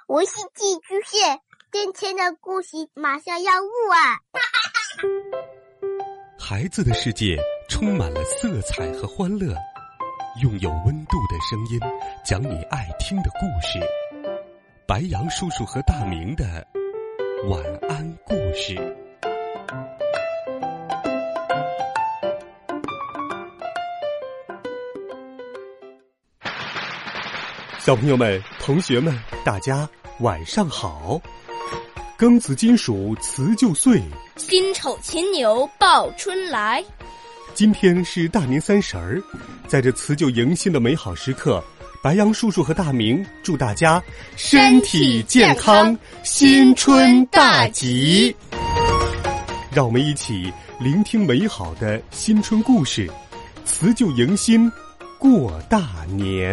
我是寄居蟹，今天的故事马上要录啊！ 孩子的世界充满了色彩和欢乐，用有温度的声音讲你爱听的故事。白杨叔叔和大明的晚安故事。小朋友们、同学们，大家晚上好！庚子金属辞旧岁， 辛丑勤牛报春来。 今天是大年30，在这辞旧迎新的美好时刻，白杨叔叔和大明祝大家身体健康，新春大吉！让我们一起聆听美好的新春故事，辞旧迎新，过大年。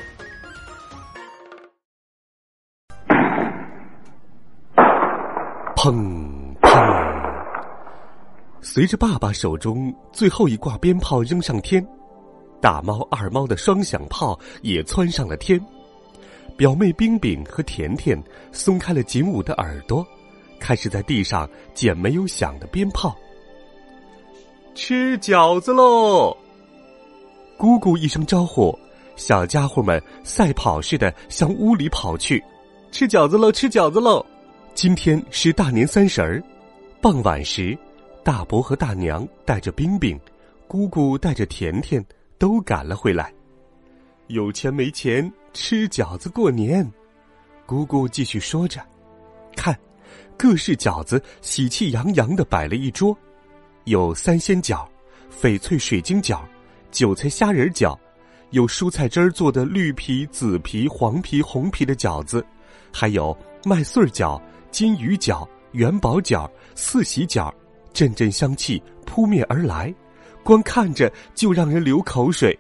砰砰！随着爸爸手中最后一挂鞭炮扔上天，大猫二猫的双响炮也蹿上了天。表妹冰冰和甜甜松开了紧捂的耳朵，开始在地上捡没有响的鞭炮。吃饺子喽！姑姑一声招呼，小家伙们赛跑似的向屋里跑去。吃饺子喽，吃饺子喽！今天是大年30，傍晚时，大伯和大娘带着冰冰，姑姑带着甜甜都赶了回来。有钱没钱，吃饺子过年。姑姑继续说着，看，各式饺子喜气洋洋地摆了一桌，有三鲜饺、翡翠水晶饺、韭菜虾仁饺，有蔬菜汁儿做的绿皮、紫皮、黄皮、红皮的饺子，还有麦穗饺、金鱼饺、元宝饺、四喜饺，阵阵香气扑面而来，光看着就让人流口水。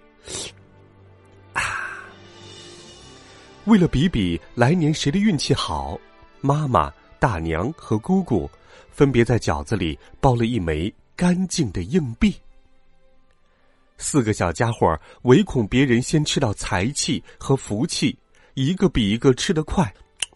为了比比来年谁的运气好，妈妈、大娘和姑姑分别在饺子里包了一枚干净的硬币。4个小家伙唯恐别人先吃到财气和福气，一个比一个吃得快。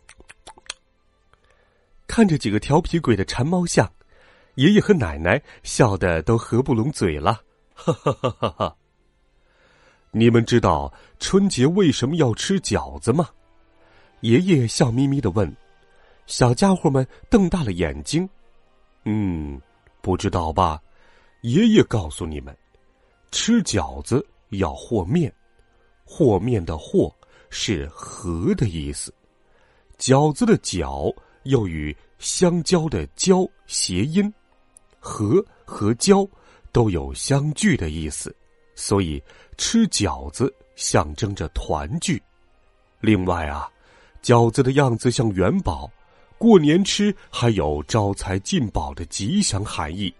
看着几个调皮鬼的馋猫像，爷爷和奶奶笑得都合不拢嘴了。哈哈哈哈哈！你们知道春节为什么要吃饺子吗？爷爷笑眯眯地问。小家伙们瞪大了眼睛。不知道吧？爷爷告诉你们，吃饺子要和面，和面的和是和的意思，饺子的饺又与香蕉的蕉谐音，和和蕉都有相聚的意思，所以吃饺子象征着团聚。另外啊，饺子的样子像元宝，过年吃还有招财进宝的吉祥含义。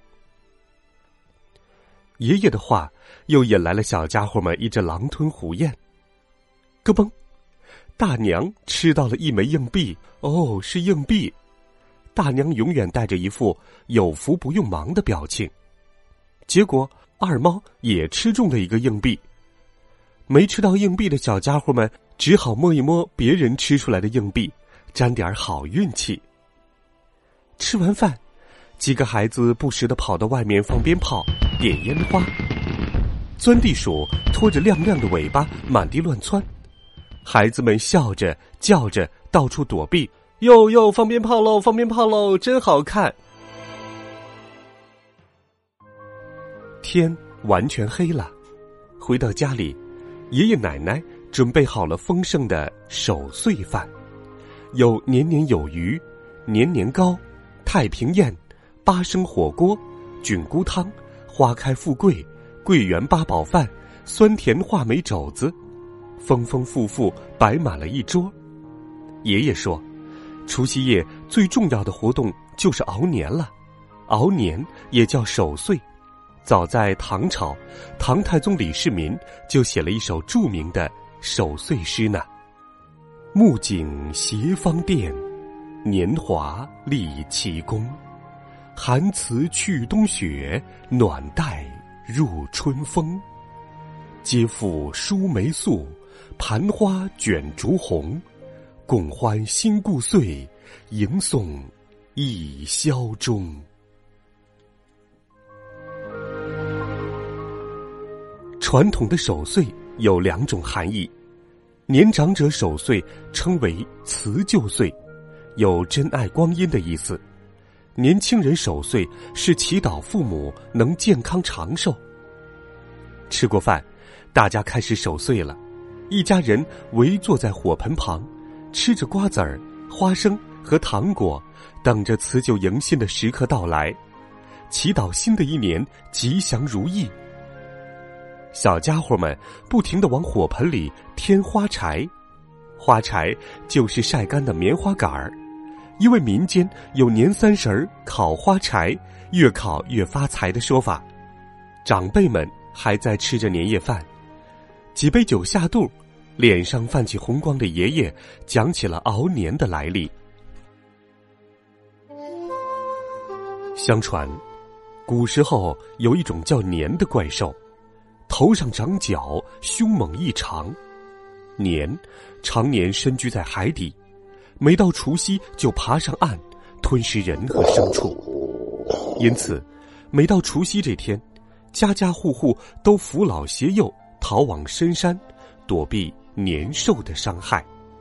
爷爷的话又引来了小家伙们一阵狼吞虎咽。咯嘣，大娘吃到了一枚硬币。哦，是硬币。大娘永远带着一副有福不用忙的表情。结果二猫也吃中了一个硬币。没吃到硬币的小家伙们只好摸一摸别人吃出来的硬币，沾点好运气。吃完饭，几个孩子不时地跑到外面放鞭炮、点烟花。钻地鼠拖着亮亮的尾巴满地乱窜，孩子们笑着叫着到处躲避。哟，放鞭炮喽，放鞭炮喽，真好看。天完全黑了，回到家里，爷爷奶奶准备好了丰盛的守岁饭，有年年有余、年年糕、太平宴、8升火锅、菌菇汤、花开富贵、桂圆八宝饭、酸甜话梅肘子，丰丰富富摆满了一桌。爷爷说，除夕夜最重要的活动就是熬年了，熬年也叫守岁。早在唐朝，唐太宗李世民就写了一首著名的守岁诗呢。木槿斜芳殿，年华立奇功。寒辞去冬雪，暖带入春风。皆付梳眉素，盘花卷烛红。 共欢新故岁，迎送一宵中。传统的守岁有2种含义，年长者守岁称为辞旧岁，有珍爱光阴的意思；年轻人守岁是祈祷父母能健康长寿。吃过饭，大家开始守岁了，一家人围坐在火盆旁，吃着瓜子儿、花生和糖果，等着辞旧迎新的时刻到来，祈祷新的一年吉祥如意。小家伙们不停地往火盆里添花柴，花柴就是晒干的棉花杆儿。因为民间有年30烤花柴，越烤越发财的说法，长辈们还在吃着年夜饭。几杯酒下肚，脸上泛起红光的爷爷讲起了熬年的来历。相传，古时候有一种叫年的怪兽，头上长角，凶猛异常。年常年深居在海底，每到除夕就爬上岸，吞食人和牲畜。因此，每到除夕这天，家家户户都扶老携幼逃往深山，躲避年兽的伤害。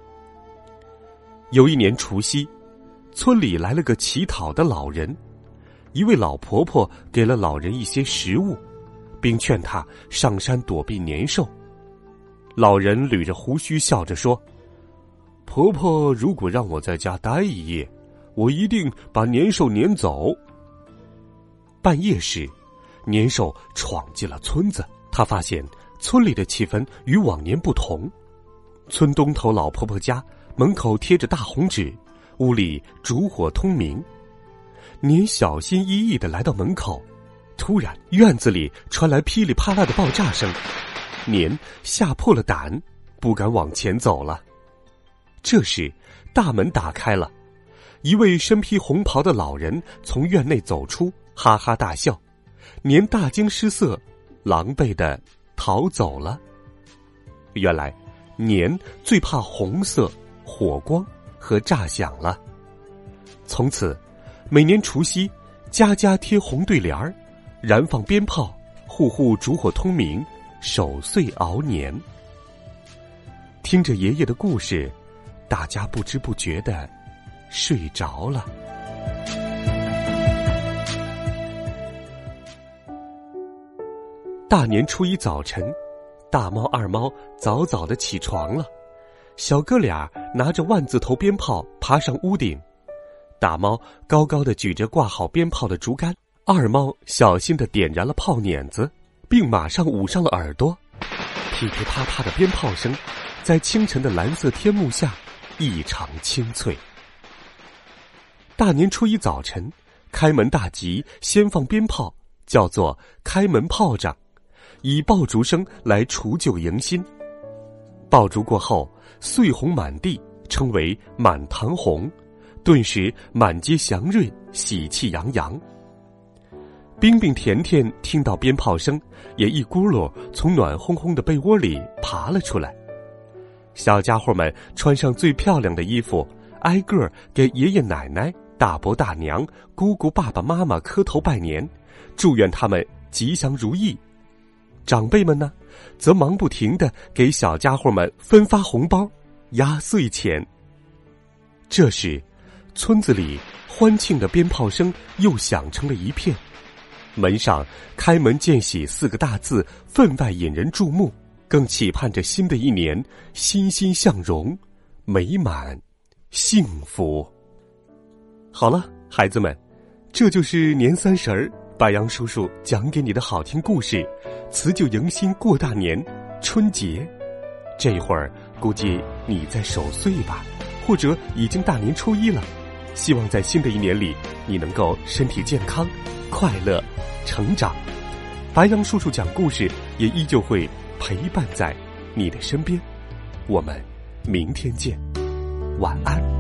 有一年除夕，村里来了个乞讨的老人，一位老婆婆给了老人一些食物，并劝他上山躲避年兽。老人捋着胡须笑着说：“婆婆如果让我在家待一夜，我一定把年兽撵走。”半夜时，年兽闯进了村子，他发现村里的气氛与往年不同。村东头老婆婆家门口贴着大红纸，屋里烛火通明。年小心翼翼地来到门口，突然院子里传来噼里啪啦的爆炸声，年吓破了胆，不敢往前走了。这时大门打开了，一位身披红袍的老人从院内走出，哈哈大笑。年大惊失色，狼狈地逃走了。原来年最怕红色、火光和炸响了。从此每年除夕，家家贴红对联儿，燃放鞭炮，户户烛火通明，守岁熬年。听着爷爷的故事，大家不知不觉地睡着了。大年初一早晨，大猫二猫早早地起床了，小哥俩拿着万字头鞭炮爬上屋顶。大猫高高地举着挂好鞭炮的竹竿，二猫小心地点燃了炮碾子，并马上捂上了耳朵。噼噼啪啪的鞭炮声在清晨的蓝色天幕下异常清脆。大年初一早晨，开门大吉，先放鞭炮，叫做开门炮仗，以爆竹声来除旧迎新。爆竹过后，岁红满地，称为满堂红，顿时满街祥瑞，喜气洋洋。冰冰甜甜听到鞭炮声，也一咕噜从暖烘烘的被窝里爬了出来。小家伙们穿上最漂亮的衣服，挨个给爷爷奶奶、大伯大娘、姑姑爸爸妈妈磕头拜年，祝愿他们吉祥如意。长辈们呢，则忙不停地给小家伙们分发红包、压岁钱。这时，村子里欢庆的鞭炮声又响成了一片，门上开门见喜4个大字分外引人注目，更期盼着新的一年欣欣向荣，美满幸福。好了，孩子们，这就是年30白杨叔叔讲给你的好听故事，辞旧迎新过大年，春节。这会儿估计你在守岁吧，或者已经大年初一了。希望在新的一年里，你能够身体健康，快乐成长。白杨叔叔讲故事也依旧会陪伴在你的身边。我们明天见，晚安。